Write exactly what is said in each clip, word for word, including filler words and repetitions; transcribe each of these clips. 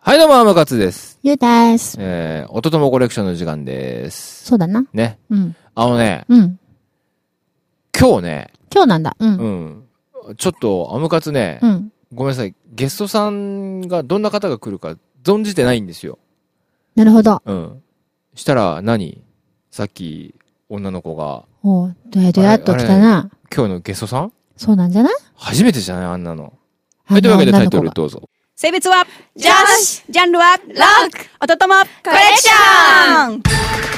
はいどうも、アムカツです。 ゆうです。 えー、おとともコレクションの時間です。 そうだな。 ね。 うん。 あのね、 うん。 今日ね。 今日なんだ。うん。 うん。ちょっと、アムカツね、 うん。 ごめんなさい。ゲストさんがどんな方が来るか存じてないんですよ。 なるほど。 うん。したら何、さっき、女の子が。 おう、どやどやっと来たな。 今日のゲストさん？そうなんじゃない？ 初めてじゃないあんなの。はい、というわけでタイトルどうぞ。 性別は女子、ジャンルはロック、おとともコレクション。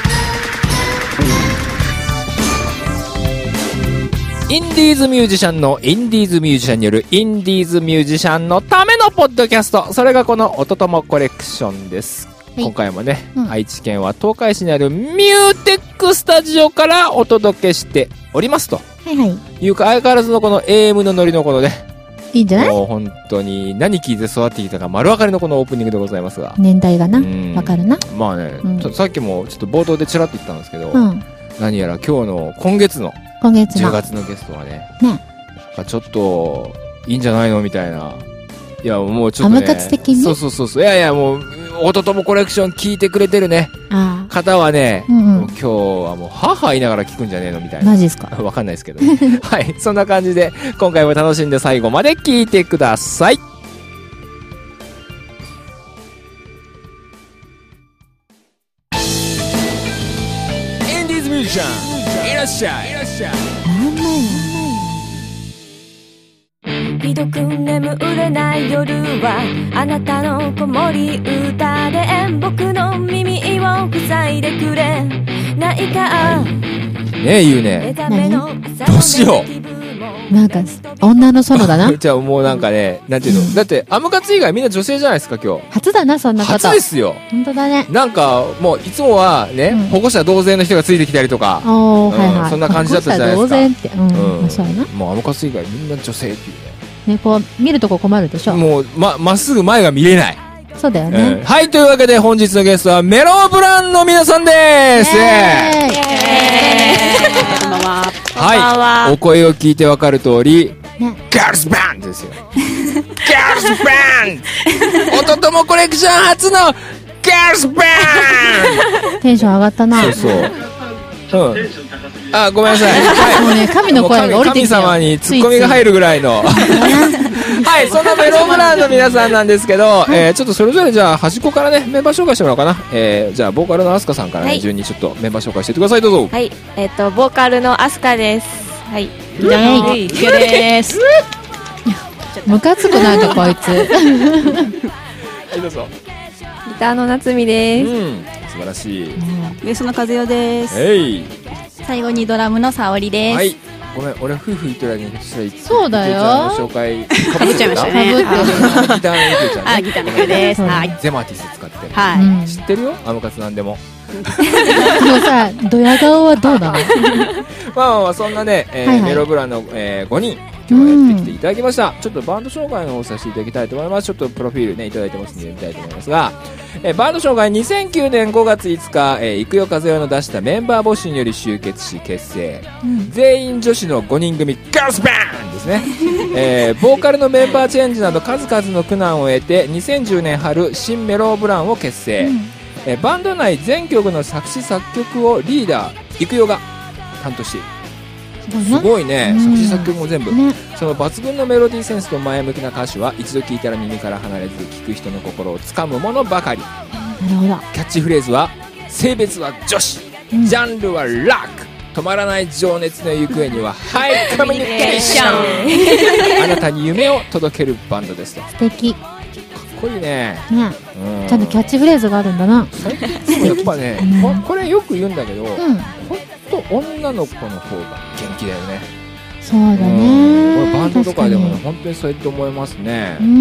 インディーズミュージシャンのインディーズミュージシャンによるインディーズミュージシャンのためのポッドキャスト、それがこのおとともコレクションです。はい、今回もね、うん、愛知県は東海市にあるミューテックスタジオからお届けしておりますと、 はいはい、 いうか相変わらずのこの エーエム のノリのこのね、 いいんじゃない？ もう本当に何聞いて育ってきたか丸分かりのこのオープニングでございますが、 年代がな、わかるな。まあね、うん、ちょっとさっきもちょっと冒頭でちらっと言ったんですけど、 うん、 何やら今日の今月の今月のじゅうがつのゲストはね、 ね、 ちょっといいんじゃないのみたいな。いやもうちょっとね、 アムカツ的に、 そうそうそうそう、いやいやもうおとともコレクション聞いてくれてるね方はね、うんうん、今日はもうはは言いながら聞くんじゃねえのみたいな。 マジですか？ わかんないですけど、ね、はいそんな感じで今回も楽しんで最後まで聞いてください。インディーズミュージシャンいらっしゃいいらっしゃい。 なんだよひどく眠れない夜はあなたの子守歌で僕の耳を塞いでくれないか。 ねえ言うね。どうしよう。なんか女のソロだな。 じゃあもうなんかね、なんていうの、うん、だってアムカツ以外みんな女性じゃないですか今日。 初だなそんなこと。 初ですよ。 本当だね。 なんかもういつもはね、うん、保護者同然の人がついてきたりとか、 おー、はいはい、 そんな感じだったじゃないですか。 保護者同然って、うん、うん、まあ、そうやな。 もうアムカツ以外みんな女性っていうね。 ね、こう見るとこ困るでしょ。 もう ま, まっすぐ前が見れない。 そうだよね、 うん、はいというわけで本日のゲストはメロブランの皆さんです。 こんばんは。 はい、お声を聞いてわかる通り、ね、ガールズバンドですよ。ガールズバンドおとともコレクション初のガールズバンド。 テンション上がったな。 そうそう、うん、あ、ごめんなさい、 はい、もうね、神の声が降りてきて神様にツッコミが入るぐらいのはい、そんなメロブランの皆さんなんですけど、はい、えー、ちょっとそれぞれじゃあ端っこからねメンバー紹介してもらおうかな。えー、じゃあボーカルのアスカさんから、ね、はい、順にちょっとメンバー紹介してください。どうぞ。 はい、えっ、ー、とボーカルのアスカです。はい、 はい、ゆうです。ムカつくなとこいつ。 はいどうぞ。 ギターの夏美です。 うん、素晴らしい。 ベースの和代です。 えい。 最後にドラムの沙織です。 はい。ごめん、俺夫婦言ってる間にそうだよ。 紹介かぶっちゃいましたね。 ギターのゆうちゃんね。 あ、ギターのゆうです。はい。 ゼマティス使ってる。 はい。 知ってるよ。アムカツなんでも。 もうさ、ドヤ顔はどうなの？ まあまあまあそんなね、えー、メロブランの、えー、ごにん今日はやってきていただきました。ちょっとバンド紹介の方させていただきたいと思います。ちょっとプロフィールねいただいてますので読みたいと思いますが、えー、バンド紹介にせんきゅうねんごがついつか、えー、いくよ風よの出したメンバー募集により集結し結成、うん、全員女子のごにん組ガールズバンドですね。えー、ボーカルのメンバーチェンジなど数々の苦難を得てにせんじゅうねん春新メロブランを結成、うん、えー、バンド内全曲の作詞作曲をリーダーいくよが担当している。すごいね、作詞作曲も全部、ね、その抜群のメロディーセンスと前向きな歌詞は一度聴いたら耳から離れず聴く人の心をつかむものばかり。 なるほど。 キャッチフレーズは性別は女子、うん、ジャンルはラック、止まらない情熱の行方にはハイコミュニケーションあなたに夢を届けるバンドですと。 素敵。 かっこいいね。 ね、うん、ちゃんとキャッチフレーズがあるんだな。 最近やっぱね、うん、これよく言うんだけど、うん、と女の子の方が元気だよね。 そうだね、 これバンドとかでも、ね、本当にそうやって思いますね、 うん、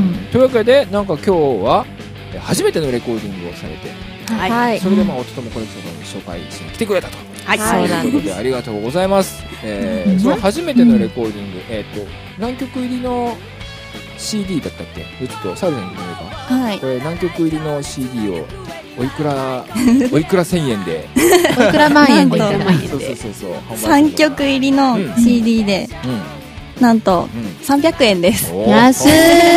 というわけでなんか今日は初めてのレコーディングをされて、 はい、 それでまあおとともコレクションに紹介しに来てくれたと、 はい、 ということでありがとうございます、えー、その初めてのレコーディング、えー、と何曲入りの シーディー だったっけ。ちょっとサウルに言うか、はい、これ何曲入りの シーディー をおいくらおいくら千円でおいくら万円でそうそうそうそうさんきょく入りの シーディー で、 うんうん、 なんとさんびゃくえんです。 安い。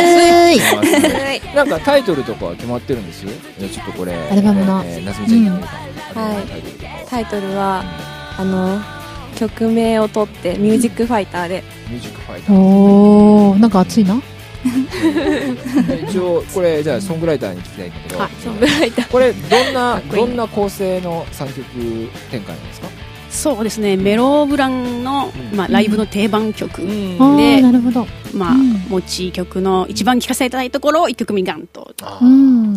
なんかタイトルとかは決まってるんですよ。ちょっとこれアルバムのなつみちゃんに聞いてはい、タイトルはあの曲名を取ってミュージックファイターで。 ミュージックファイター。 おー、なんか熱いな。 一応これじゃあソングライターに聞きたいんだけど、 ソングライターこれどんなどんな構成のさんきょく展開なんですか？ そうですね、メロブランの、まあ、ライブの定番曲、うん、 で、なるほど、 まあ、持ち曲の一番聴かせたいところをいっきょくめガンと、 うん、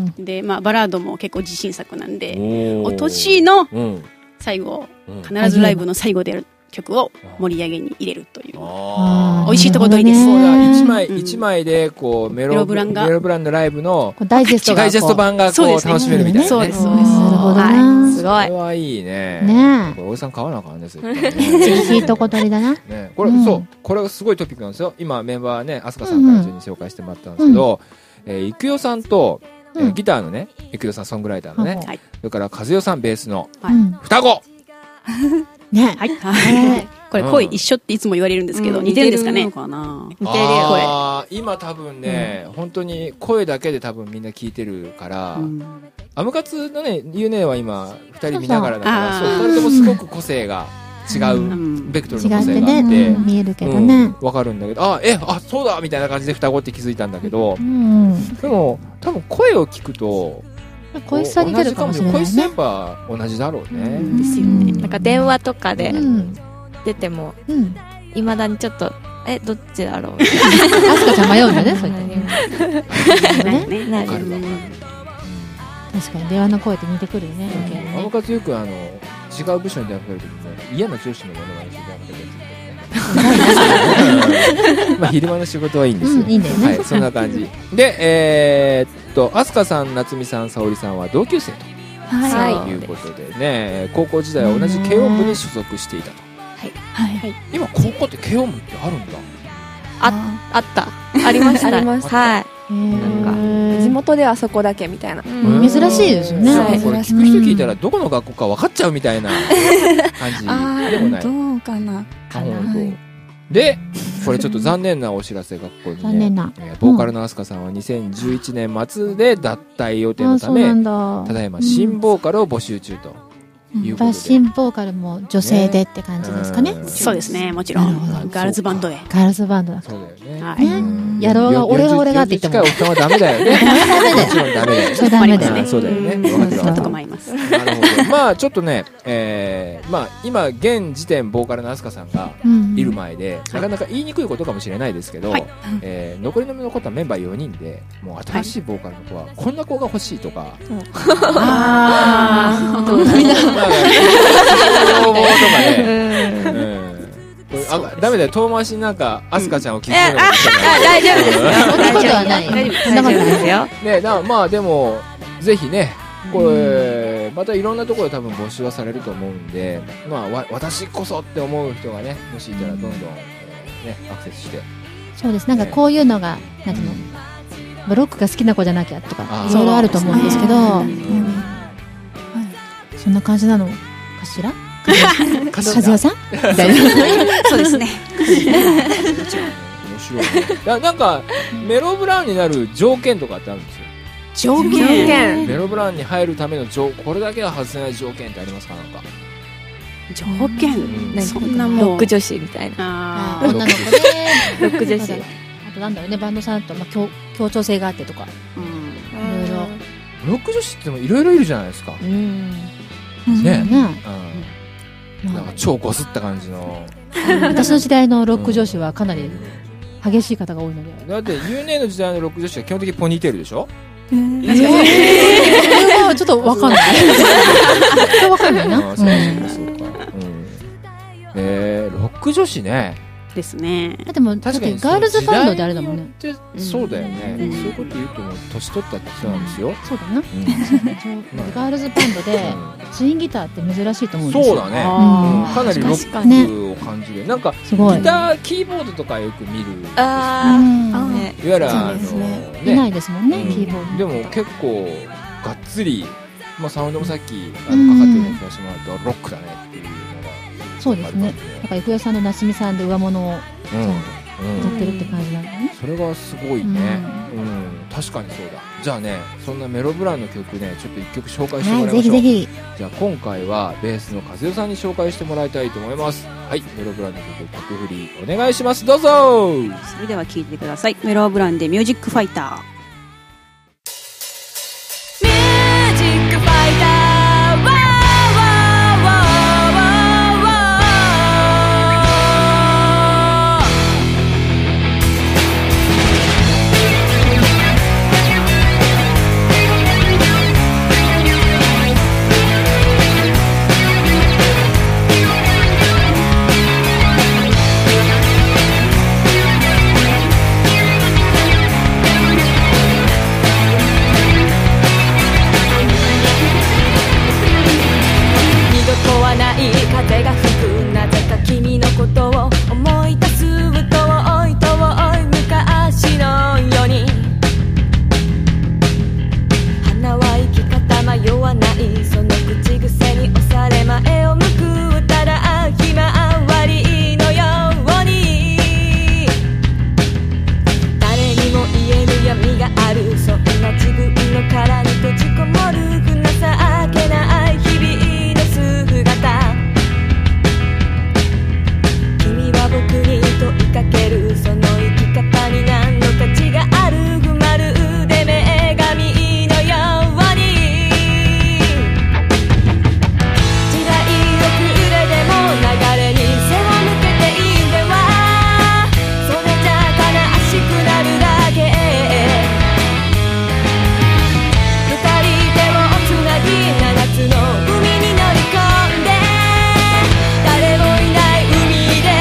で、まあ、バラードも結構自信作なんで、お年の最後、うん、必ずライブの最後でやる曲を盛り上げに入れるという、美味しいとこ取りです。 そうだ、一枚一枚でこうメロブランがメロブランのライブのダイジェストダイジェスト版がこう楽しめるみたいな。 そうですそうです。 なるほどな。 すごい。 これはいいね。 ね。 これおじさん買わなあかんね。美味しいとこ取りだな。 ね、これそうこれがすごいトピックなんですよ。今メンバーね、飛鳥さんから順に紹介してもらったんですけど、いくよさんとギターのね、いくよさんソングライターのね、それから和代さんベースの双子。 ね。 はい。これ声一緒っていつも言われるんですけど、似てるんですかね。似てるよ。今多分ね、本当に声だけで多分みんな聞いてるから、アムカツのね、ゆうねは今ふたり見ながらだから、そうふたりともすごく個性が違うベクトルの個性があって見えるけどね、 わかるんだけど、あ、え、あ、そうだみたいな感じで双子って気づいたんだけど、でも多分声を聞くと。 声質似てるかもしれないね。 声質やっぱ同じだろうね。 ですよね。なんか電話とかで出てもいまだにちょっとえどっちだろう。 あすかちゃん迷うんだね。そういうね。わかるわかる。 確かに電話の声って似てくるよね。 アムカツよくあの違う部署に電話かけるときに嫌な上司のものまねして電話かける。まあ昼間の仕事はいいんですよ。 いいんだよね。 はい、そんな感じで、えー、っと飛鳥さん、夏美さん、沙織さんは同級生ということでね、高校時代は同じ軽音部に所属していたと。 はい。 今高校って軽音部ってあるんだ。 あ、あった、ありました。あります。はい。なんか地元ではそこだけみたいな。 珍しいですよね。 これ聞く人聞いたらどこの学校か分かっちゃうみたいな感じでもない。 どうかな。 で、これちょっと残念なお知らせがここにね、ボーカルの飛鳥さんはにせんじゅういちねん末で脱退予定のため、ただいま新ボーカルを募集中ということで、 新ボーカルも女性でって感じですかね。 そうですね、もちろんガールズバンドで。 ガールズバンドだ。 そうだよね。 やろうが俺が俺がって言ってもよんじゅっかいおったはダメだよね。 ダメだよ。 もちろんダメだよ。 そうダメだよ。 そうだよね。 なんとか参ります。 なるほど。まあちょっとね、えー、まあ今現時点ボーカルの飛鳥さんがいる前で、なかなか言いにくいことかもしれないですけど、えー、残りの残ったメンバーよにんで、もう新しいボーカルの子はこんな子が欲しいとか、 ああ、 みんな要望とかね。あ、ダメだよ、遠回しになんかアスカちゃんを聞くのも大丈夫ですよ。 そんなことはない。 そんなことないですよ。 ね、だまあでもぜひね、これまたいろんなところで多分募集はされると思うんで、まあわ私こそって思う人がね、もしいたらどんどんねアクセスして。 そうです。なんかこういうのがなんていうの、ブロックが好きな子じゃなきゃとかいろいろあると思うんですけど、そんな感じなのかしら。和代さんそうですね。 面白いね。なんかメロブラウンになる条件とかってあるんですよ。 条件。 メロブラウンに入るための条、これだけは外せない条件ってありますか？なんか条件、そんなもうロック女子みたいな。女の子でロック女子。 あとなんだろうね、バンドさんとまあ協協調性があってとか、いろいろ。 ロック女子ってもいろいろいるじゃないですか。ね。なんか超ゴスった感じの。 私の時代のロック女子はかなり激しい方が多いので。 だって ユーネー の時代のロック女子は基本的にポニーテールでしょ。 えー、それはちょっとわかんない。それはわかんないな。 そうかそうか。えー、ロック女子ね。 ですね。 でも確かにガールズバンドであれだもんね。 そうだよね。そういうこと言うともう年取ったって人なんですよ。 そうだな。ガールズバンドでツインギターって珍しいと思うんですよ。 そうだね。かなりロックを感じる。なんかギターキーボードとかよく見る。 ああ。 いわゆるあのいないですもんね、キーボード。でも結構がっつり、まあサウンドもさっきかかってるのを聞かせてもらうとロックだねっていうのが。 そうですね。だから郁代さんの夏美さんで上物を歌ってるって感じなのね。 それがすごいね、うん、うん、確かにそうだ。じゃあね、そんなメロブランの曲ね、ちょっと一曲紹介してもらいましょう。はい、ぜひぜひ。じゃあ今回はベースの和代さんに紹介してもらいたいと思います。はい、メロブランの曲曲振りお願いします。どうぞ。 それでは聴いてください。メロブランでミュージックファイター。ミュージックファイター。風が吹く、なぜか君のことを思い出す。遠い遠い昔のように、花は生き方迷わない、その口癖に押され前を向く、ただひまわりのように、誰にも言えぬ闇がある、そんな自分の殻に閉じこもる、不情けない日々の姿。僕に問いかける、その生き方に何の価値がある、不まるで女神のように、時代遅れでも流れに背を向けていいんでは、それじゃ悲しくなるだけ。二人手をつなぎ七つの海に乗り込んで、誰もいない海で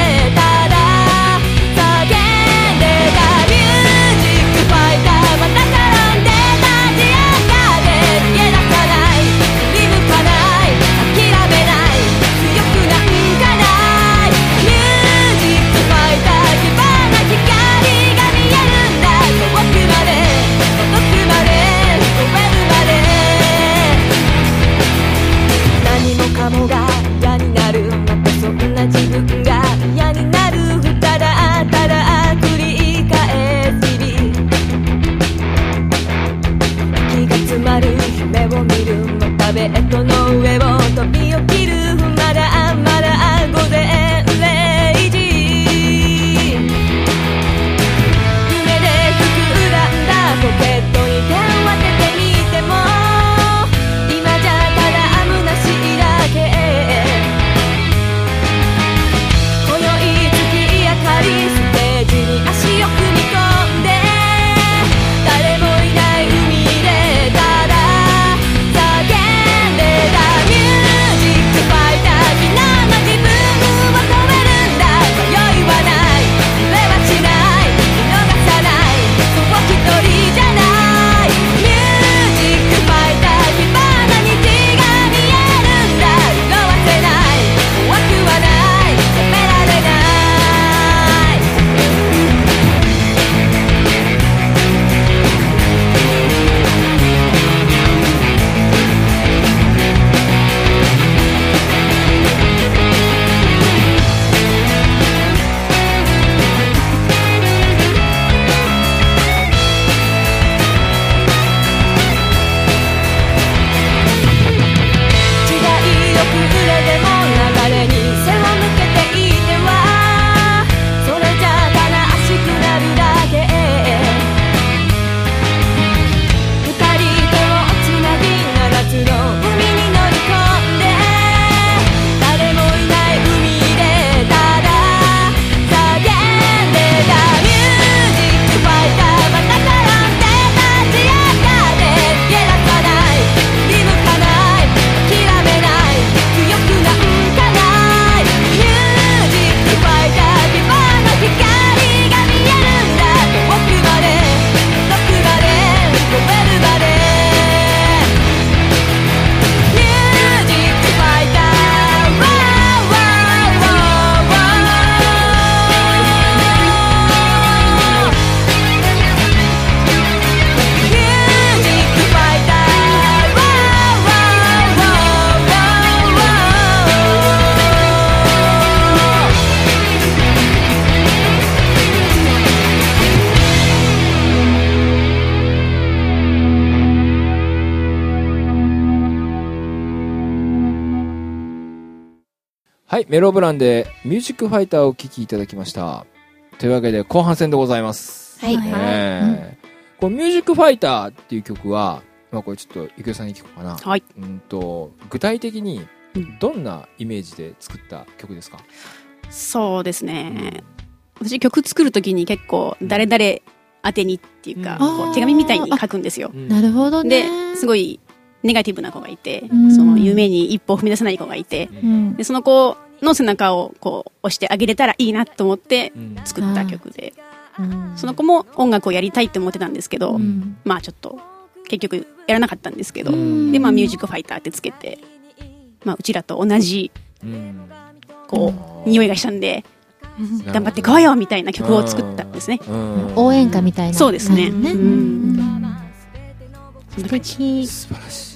もが嫌になる、またそんな自分が嫌になる、ただただ繰り返す日々、気が詰まる夢を見る、またベッドの上を飛び起きる、まだまだ午前れいじ、夢で膨らんだポケットに手を当ててみても、今じゃただ虚しいだけ。今宵月明かりステージに足を踏み込んで、誰もいない海でただ叫んでた。ミュージックファはい、メロブランでミュージックファイターをお聴きいただきました。というわけで後半戦でございます。 はい。 えー、このミュージックファイターっていう曲は、まあこれちょっとゆくよさんに聞こうかな。 はい。 うんと具体的にどんなイメージで作った曲ですか？ そうですね。私曲作るときに結構誰々宛てにっていうか、こう手紙みたいに書くんですよ。 なるほどね。 で、すごいネガティブな子がいて、その夢に一歩踏み出せない子がいて、でその子の背中をこう押してあげれたらいいなと思って作った曲で、その子も音楽をやりたいって思ってたんですけど、まあちょっと結局やらなかったんですけど、でまあミュージックファイターってつけて、まあうちらと同じこう匂いがしたんで。頑張ってこうよみたいな曲を作ったんですね。 応援歌みたいな。 そうですね。 素敵。 素晴らし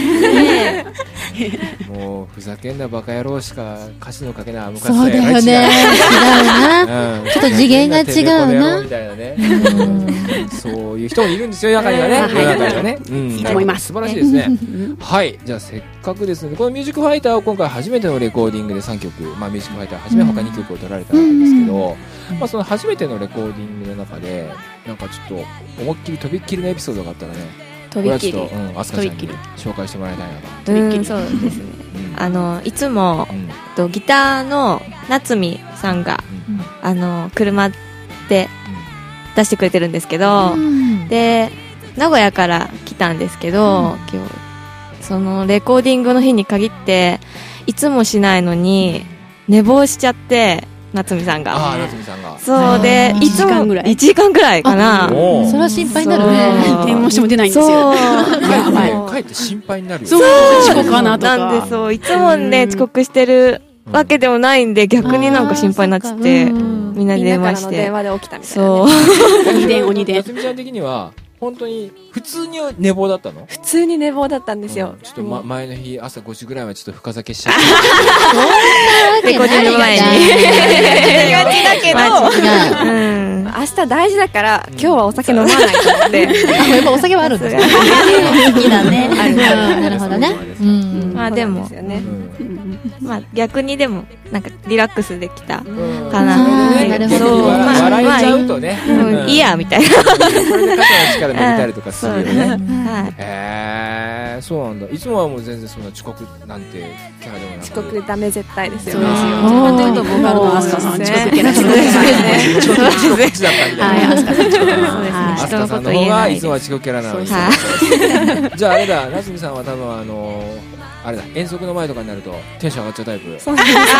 い。もうふざけんなバカ野郎しか歌詞の書けない。 そうだよね。違うな。ちょっと次元が違うな。 みたいなね。そういう人もいるんですよ、中にはね。中にはね。 いいと思います。 素晴らしいですね。はい、じゃあせっかくですので、このミュージックファイターを今回初めてのレコーディングでさんきょく、まあミュージックファイター初め他にきょくを取られたわけですけど、まあその初めてのレコーディングの中で、なんかちょっと思いっきりとびっきりのエピソードがあったらね、 とびっきり、 あすかちゃんに紹介してもらいたいなと。 とびっきり、そうですね。あのいつもとギターの夏美さんがあの車で出してくれてるんですけど、で名古屋から来たんですけど、今日そのレコーディングの日に限っていつもしないのに寝坊しちゃって、夏美さんが。 ああ、夏美さんが。 そうで、いつもいちじかんぐらいかな。 それは心配になるね。 電話しても出ないんですよ。 やばい。帰って心配になるよ。 そう、遅刻かなとか。 なんでそう、いつもね、遅刻してるわけでもないんで、逆になんか心配になっちゃって、みんなで電話して。 電話で起きたみたいな。 そう。 鬼電、鬼電。 夏美ちゃん的には、本当に普通に寝坊だったの？ 普通に寝坊だったんですよ。 ちょっと、ま、前の日朝ごじぐらいはちょっと深酒しちゃってレコーディング前にがちだけど、明日大事だから今日はお酒飲まないと思って。 やっぱお酒はあるんですね。好きだね。なるほどね。 まあでもまあ逆にでもなんかリラックスできたかな。 なるほど。 笑えちゃうとね、 いいやみたいな。 これで肩の力抜いたりとかするよね。へえ、そうなんだ。いつもはもう全然そんな遅刻なんてキャラでもなく。 遅刻ダメ絶対ですよ。 そうですよ。本当にとボカロのアスカさん遅刻キャラですね。 遅刻遅刻口だったみたいな。 はい、アスカさん。そうですね。 アスカさんの方がいつもは遅刻キャラなのに。じゃああれだ、夏美さんは多分あのあれだ、遠足の前とかになるとテンション上がっちゃうタイプ。そうなんですよ。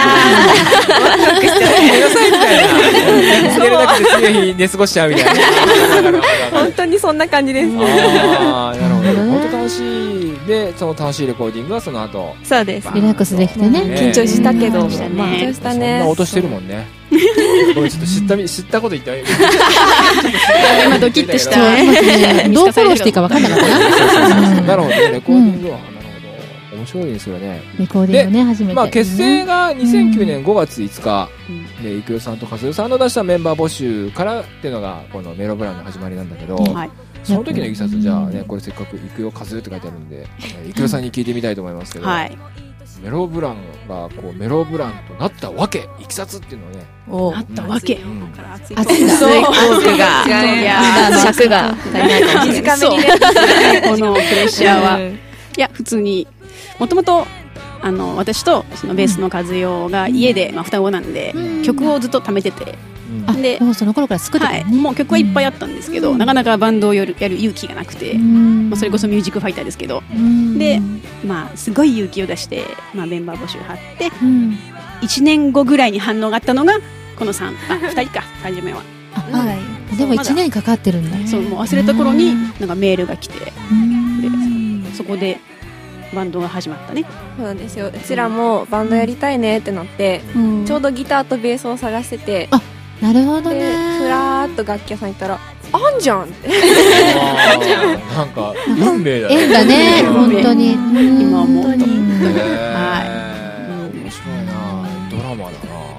寝なさいみたいな。寝れなくて次の日寝過ごしちゃうみたいな。 本当にそんな感じです。 ああ、なるほど。本当楽しい。で、その楽しいレコーディングはその後。 そうです。 リラックスできてね。 緊張したけど、 緊張したね。 そんな音してるもんね。ごめん、ちょっと知った知ったこと言った今ドキッとした。 どうフォローしていいか分かんなかったな。 なるほどね、レコーディングは。面白いですよね。 レコーディングね、初めて。 まあ結成がにせんきゅうねんごがついつかで、いくよさんとかずよさんの出したメンバー募集からっていうのがこのメロブランの始まりなんだけど、その時のいきさつ、じゃあね、これせっかくいくよかずよって書いてあるんで、いくよさんに聞いてみたいと思いますけど、メロブランがこうメロブランとなったわけ、いきさつっていうのをね、 なったわけ。 熱いだ。 熱いトが、尺が足りないかもしれない。 短めにね、このプレッシャーは。いや、普通に。もともとあの私とそのベースの和代が家で、まあ、双子なんで、うん、曲をずっと貯めてて、 うん、でもうその頃から作ってたね、 はい、もう曲はいっぱいあったんですけど、うん、なかなかバンドをやる、やる勇気がなくて、うん、まあ、それこそミュージックファイターですけど、うん、で、まあ、すごい勇気を出して、まあ、メンバー募集貼って、うん、いちねんごぐらいに反応があったのがこのさん、あ、ふたりか、最初目は。 はい、でもいちねんかかってるんだね。 そう、もう忘れた頃になんかメールが来て、でそこでバンドが始まったね。 そうなんですよ。うちらもバンドやりたいねってなって、うん、ちょうどギターとベースを探してて、 あ、なるほどね。 ふらーっと楽器屋さん行ったらあんじゃんって。 なんか運命だね。 縁だね、本当に。 今思うと。はい。 面白いな、ドラマだな。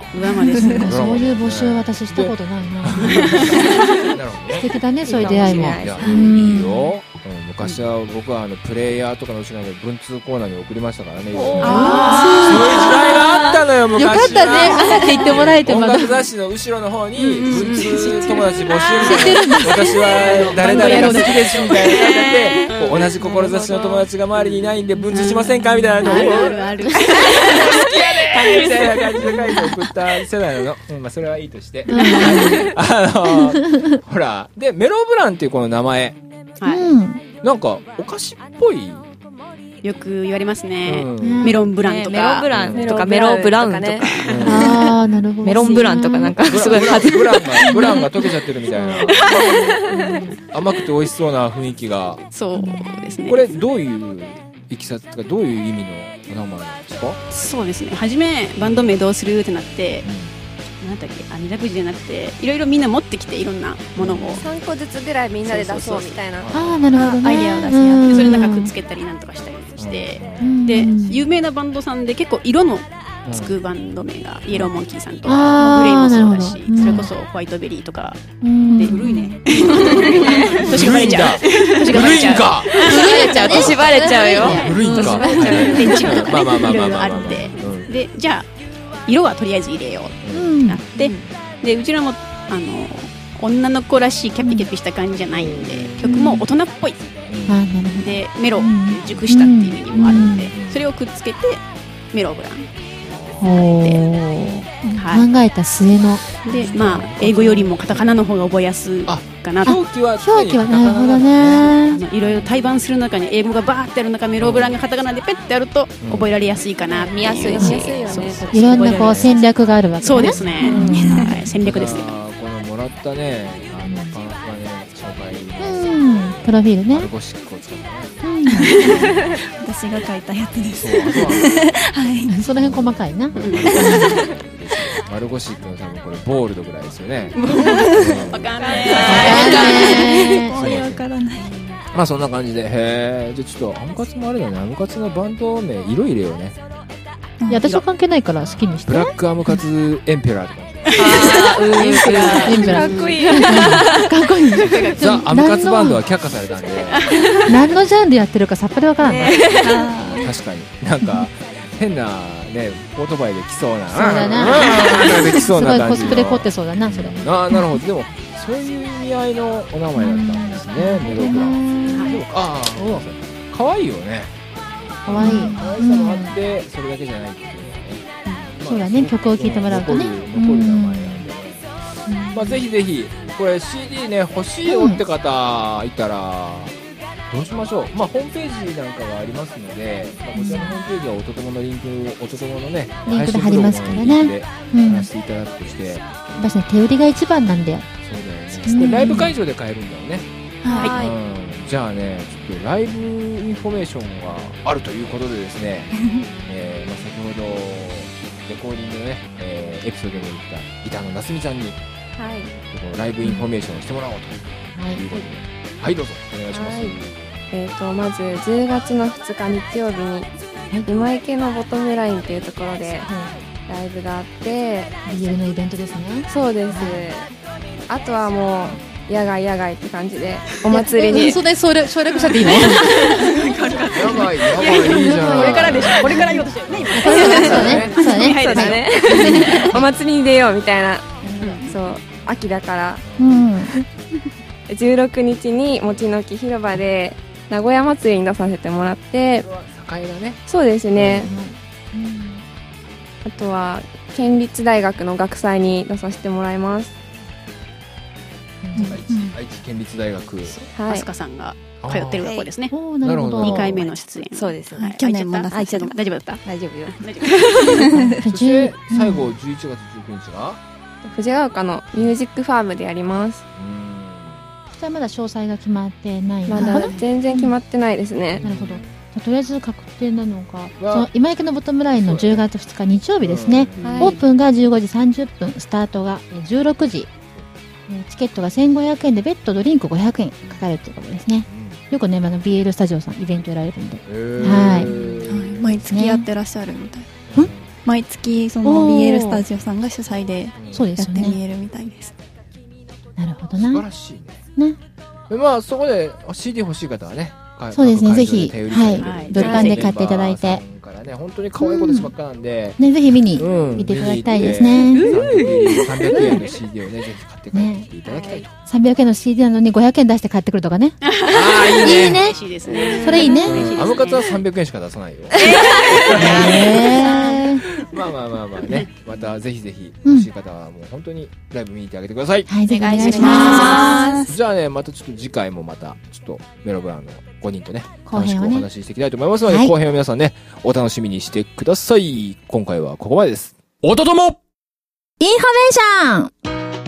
ドラマですね。 そういう募集私したことないな。素敵だね、そういう出会いも。いや、 いいよ。昔は僕はあのプレイヤーとかの後ろに文通コーナーに送りましたからね。そういう時代があったのよ、昔は。 よかったね、あって言ってもらえて。 音楽雑誌の後ろの方に文通友達募集みたいな、私は誰々が好きですみたいな感じで、同じ志の友達が周りにいないんで文通しませんかみたいなのを、あるある好きやねみたいな感じで書いて送った世代なの。うん、まあそれはいいとして、あのほらでメロブランっていうこの名前、はい、なんかお菓子っぽい。 よく言われますね。うん、メロンブランとか、 メロンブランとかメロンブラウンとか、ね、 ああなるほど。 メロンブランとかなんかすごいブランがブランが溶けちゃってるみたいな甘くて美味しそうな雰囲気が。 そうですね。 これどういういきさつとかどういう意味のお名前なんですか？ そうですね。初めバンド名どうするってなって。うんなんだっけ、あ、二択じゃなくていろいろみんな持ってきていろんなものをさんこずつぐらいみんなで出そうみたいなああなるほどね、 アイデアを出し合ってそれなんかくっつけたりなんとかしたりしてで有名なバンドさんで結構色のつくバンド名がイエローモンキーさんとグレイもそうだしそれこそホワイトベリーとかで古いね年がバレちゃう年がバレちゃう年バレちゃうよ古いんか電池とかねいろいろあってでじゃあ色はとりあえず入れようってなって、うん、でうちらもあの女の子らしいキャピキャピした感じじゃないんで、うん、曲も大人っぽい、うん、でメロ熟したっていう意味もあるんで、うん、それをくっつけてメロブランはい、考えた末ので、まあ、英語よりもカタカナの方が覚えやすいかなと。 表記は表記はなるほどね。 いろいろ対バンする中に英語がバーってある中メロブランがカタカナでペッてやると覚えられやすいかなっていう、 見やすいし、 いろんなこう戦略があるわけね。 そうですね、はい、戦略ですよ。 このもらったねあのパンパンね紹介のプロフィールねマルゴシックを使って私が書いたやつです。 はい、その辺細かいな。 マルゴシックの多分これボールドぐらいですよね。 わかんない。 わからない。 まあそんな感じで、へえ、じゃあちょっとアムカツもあれだね。アムカツのバンド名色入れようね。 いや私は関係ないから好きにして。 ブラックアムカツエンペラーとか。 ああ、エンペラー、エンペラー。 かっこいい。 かっこいい。 ザ・アムカツバンドは却下されたんで。 何のジャンルやってるかさっぱりわからない。 確かに。なんか変なねオートバイで来そうな。 そうだな。すごいコスプレ凝ってそうだなそれ。 ああなるほど。でもそういう意味合いのお名前だったんですね。メロブラン。でもああ可愛いよね。 可愛い。 可愛さもあってそれだけじゃないっていうのはね。 そうだね、曲を聴いてもらうとね残る名前なんで、まあ、ぜひぜひこれ シーディー ね欲しいよって方いたらどうしましょう。まあホームページなんかがありますので、まあ、こちらのホームページはおととものリンクおととものねリンクで貼りますからね話していただくとして、 私ね手売りが一番なんだよ。 そうだよね。これライブ会場で買えるんだよね。 はい、 うん、じゃあねちょっとライブインフォメーションがあるということでですね、えーまあ、先ほどレコーディングのね、えー、エピソードで言った板野なすみちゃんに、はい、このライブインフォメーションをしてもらおうということで、はい、はい、どうぞお願いします。はい、 えー、とまずじゅうがつのふつか日曜日に今池のボトムラインというところでライブがあって、 ビールのイベントですね。 そうです、はい、あとはもう野外野外って感じでお祭りにそれそれ省略しちゃっていいの？ 野外野外いいじゃん。 これからでしょ。これから言おうとしてるね。 そうねそうねそうだね。お祭りに出ようみたいな、うん、そう秋だから、うん、じゅうろくにちにもちのき広場で名古屋祭りに出させてもらって、 栄だね。 そうですね、うんうん、あとは県立大学の学祭に出させてもらいます。 愛知県立大学、 はい、飛鳥さんが通ってる学校ですね。 なるほど。 にかいめの出演。 そうですね、 はい、 去年も出させて大丈夫だった？ 大丈夫よ。 そして最後じゅういちがつじゅうくにちが藤ヶ丘のミュージックファームでやります。 それはまだ詳細が決まってないのまだ全然決まってないですね。 なるほど。とりあえず確定なのがその今池のボトムラインのじゅうがつふつか日曜日ですね、うんはい、オープンがじゅうごじさんじゅっぷん、スタートがじゅうろくじ、チケットがせんごひゃくえんで別途ドリンクごひゃくえんかかるということですね、うん、よくね、あの ビーエル スタジオさんイベントやられるんで、はい、 はい、毎月やってらっしゃるみたい、 ね、ん毎月その ビーエル スタジオさんが主催でそうでやってすよね。 見えるみたいです。 なるほど素晴な。 らしいね。 ね。 まあそこで シーディー 欲しい方はね、 そうですね、ぜひ、 はい、 はい、物販で買っていただいて。 からね、本当に可愛い子たちばっかなんで、 ね、ぜひ見にうん見ていただきたいですね。 さんびゃくえんの シーディー をね、ぜひ買って帰ってきていただきたいと。 さんびゃくえんの シーディー なのにごひゃくえん出して買ってくるとかね。 ああ、いいね。 いいね。 嬉しいですね。 それいいね。 アムカツはさんびゃくえんしか出さないよ。まあまあまあまあね、またぜひぜひ欲しい方はもう本当にライブ見に行ってあげてください。 はい、ぜひお願いします。 じゃあね、またちょっと次回もまたちょっとメロブランのごにんとね、 後編はね楽しくお話ししていきたいと思いますので、後編を皆さんね、お楽しみにしてください。今回はここまでです。おとともインフォメーション。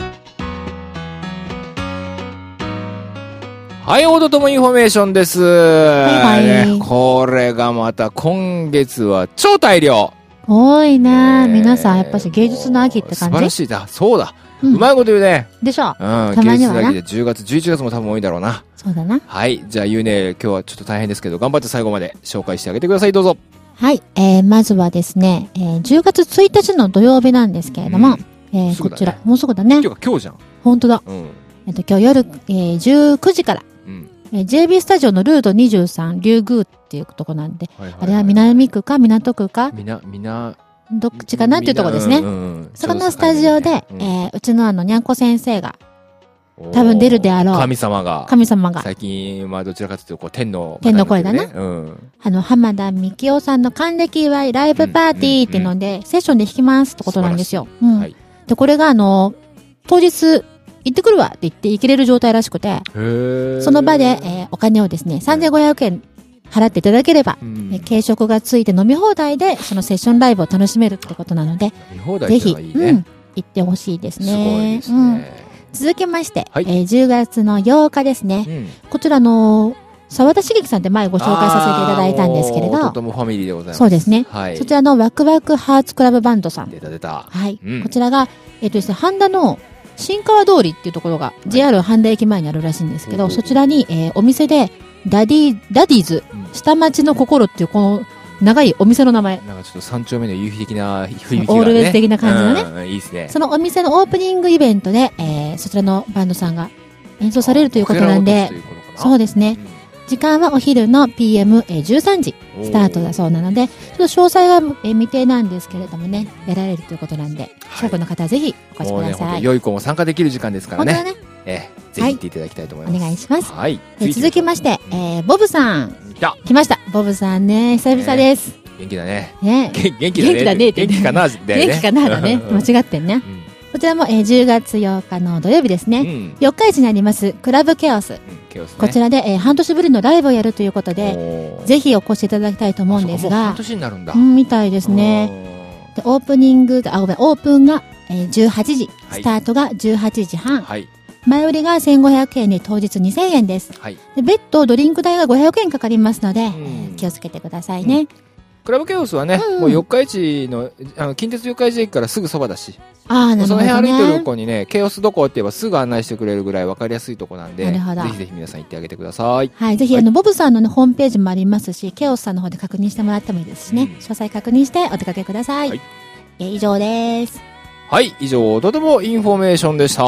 はい、おとともインフォメーションです。 はいはいね、これがまた今月は超大量。 多いな、 ね、 皆さんやっぱし芸術の秋って感じ。 素晴らしいだ。そうだ。ううん、 まいこと言うね。 でしょ。 うん、 たまにはな。 芸術の秋でじゅうがつ、じゅういちがつも多分多いだろうな。 そうだな。 はい。じゃあ言うね、今日はちょっと大変ですけど、頑張って最後まで紹介してあげてください。どうぞ。 はい。えー、まずはですね、えー、じゅうがつついたちの土曜日なんですけれども、うん、えー、こちら、もうすぐだね。 今日が今日じゃん。 本当だ。 うん。 えっと、今日夜、えー、じゅうくじから、 うんえー、ジェービー スタジオのルートにじゅうさん、竜宮っていうとこなんで、 はいはいはい、 あれは南区か港区かみな、みな、 どっちかなっていうところですね。うんうんうん、そこのスタジオで、うん、えー、うちのあの、にゃんこ先生が、多分出るであろう。 神様が。 神様が。 最近、まあどちらかというと、こう、天の、 ね。天の声だな。 うん。 あの、浜田幹夫さんの還暦祝いライブパーティーっていうので、うんうんうん、セッションで弾きますってことなんですよ。うん。はい、で、これがあの、当日、行ってくるわって言って行けれる状態らしくて、その場で、えー、お金をですね、さんぜんごひゃくえん払っていただければ、うん、軽食がついて飲み放題で、そのセッションライブを楽しめるってことなので、 飲み放題ってのはいいね、ぜひ、うん、 行ってほしいですね。 すごいですね。うん続きまして、はい、えー、じゅうがつのようかですね。うん、こちらの、沢田茂樹さんって前ご紹介させていただいたんですけれど。 とてもファミリーでございます。 そうですね。 はい、 そちらのワクワクハーツクラブバンドさん。 出た出た。 はい。うん、こちらが、えっ、ー、とですね、半田の新川通りっていうところが、ジェイアール 半田駅前にあるらしいんですけど、はい、そちらに、えー、お店で、ダディ、ダディーズ、うん、下町の心っていうこの、長いお店の名前。 なんかちょっと三丁目の夕日的な雰囲気がね。 オールウェイズ的な感じのね。 うん、いいですね。 そのお店のオープニングイベントで、えー、そちらのバンドさんが演奏されるということなんで、そうですね。うん、時間はお昼の ピーエムじゅうさんじスタートだそうなので、ちょっと詳細は未定なんですけれどもね、やられるということなんで、ショークの方はぜひお越しください。 もうね、良い子も参加できる時間ですからね。 本当だね。 えー、ぜひ行っていただきたいと思います。 はい、お願いします。 はい。 えー、続きまして、えー、ボブさん。 来来ました。ボブさんね、久々です。 ね元気だね。 ね元気だね。 元気だねって。 元気かな元気かなだね。間違ってんね。うん、こちらも、えー、じゅうがつようかの土曜日ですね。うん、よっかいちにあります、クラブケオス。うんケオスね、こちらで、えー、半年ぶりのライブをやるということで、ぜひお越しいただきたいと思うんですが。 半年になるんだ。 うん、みたいですね。で、オープニング、あ、ごめん、オープンが、えー、じゅうはちじ、はい、スタートがじゅうはちじはん。はい。前売りがせんごひゃくえんで当日にせんえんです。はい。で、別途ドリンク代がごひゃくえんかかりますので、うん、気をつけてくださいね。うん、 クラブケオスはね、うんうん、もう四日市の、あの、近鉄四日市駅からすぐそばだし。 ああ、なるほど、ね。 その辺歩いてる子にね、ケオスどこって言えばすぐ案内してくれるぐらい分かりやすいとこなんで、なるほど。ぜひぜひ皆さん行ってあげてください。 はい、ぜひ、はい、あの、ボブさんの、ね、ホームページもありますし、ケオスさんの方で確認してもらってもいいですしね、うん、詳細確認してお出かけください。はい、え以上です。 はい、以上、とてもインフォメーションでした。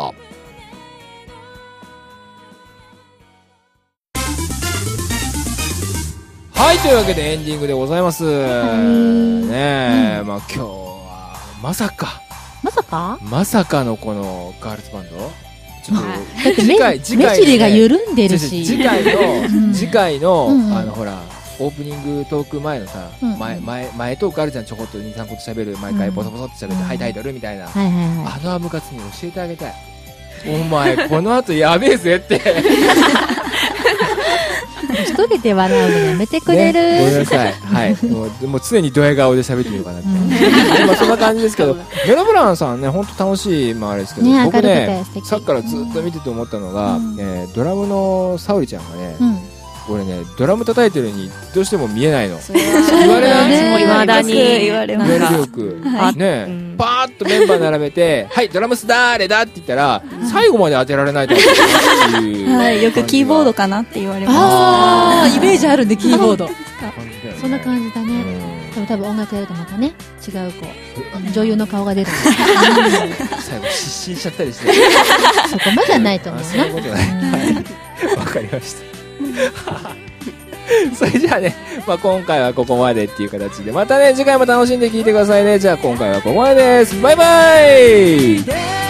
はい、というわけでエンディングでございます。ねえ、うん、まあ今日は、まさか。 まさかまさかのこのガールズバンドちょっと、 だって次回、次回、ね。目尻が緩んでるし。 次回の、うん、次回の、うん、あのほら、オープニングトーク前のさ、うん、前、前、前トークあるじゃん、ちょこっとに、さんこと喋る、毎回ボソボソって喋って、うん、はい、タイトルみたいな。はいはいはい。あのアムカツに教えてあげたい。お前、この後やべえぜって。 一人で笑うのやめてくれる、 ね、ごめんなさい。はい。もう、もう常にドヤ顔で喋ってみようかなって。うん、まあそんな感じですけど、メロブランさんね、本当楽しい、まああれですけど、ね、僕ね、さっきからずっと見てて思ったのが、うん、えー、ドラムのサウリちゃんがね、うん、俺ね、ドラム叩いてるにどうしても見えないの。言われない、 もう未だに言われます。 言われるよく。はい、ね、うん、パーッとメンバー並べて、はい、ドラムス誰だって言ったら、うん、最後まで当てられないと思うっていう。 はい、よくキーボードかなって言われます。 ああ、イメージあるんで、キーボード。そんな感じだね。 も多分音楽やるとまたね違うこう女優の顔が出る最後失神しちゃったりしてそこまではないと思うな。 そういうことないわかりましたそれじゃあね、まあ、今回はここまでっていう形でまたね次回も楽しんで聴いてくださいね。じゃあ今回はここまでです。バイバイ。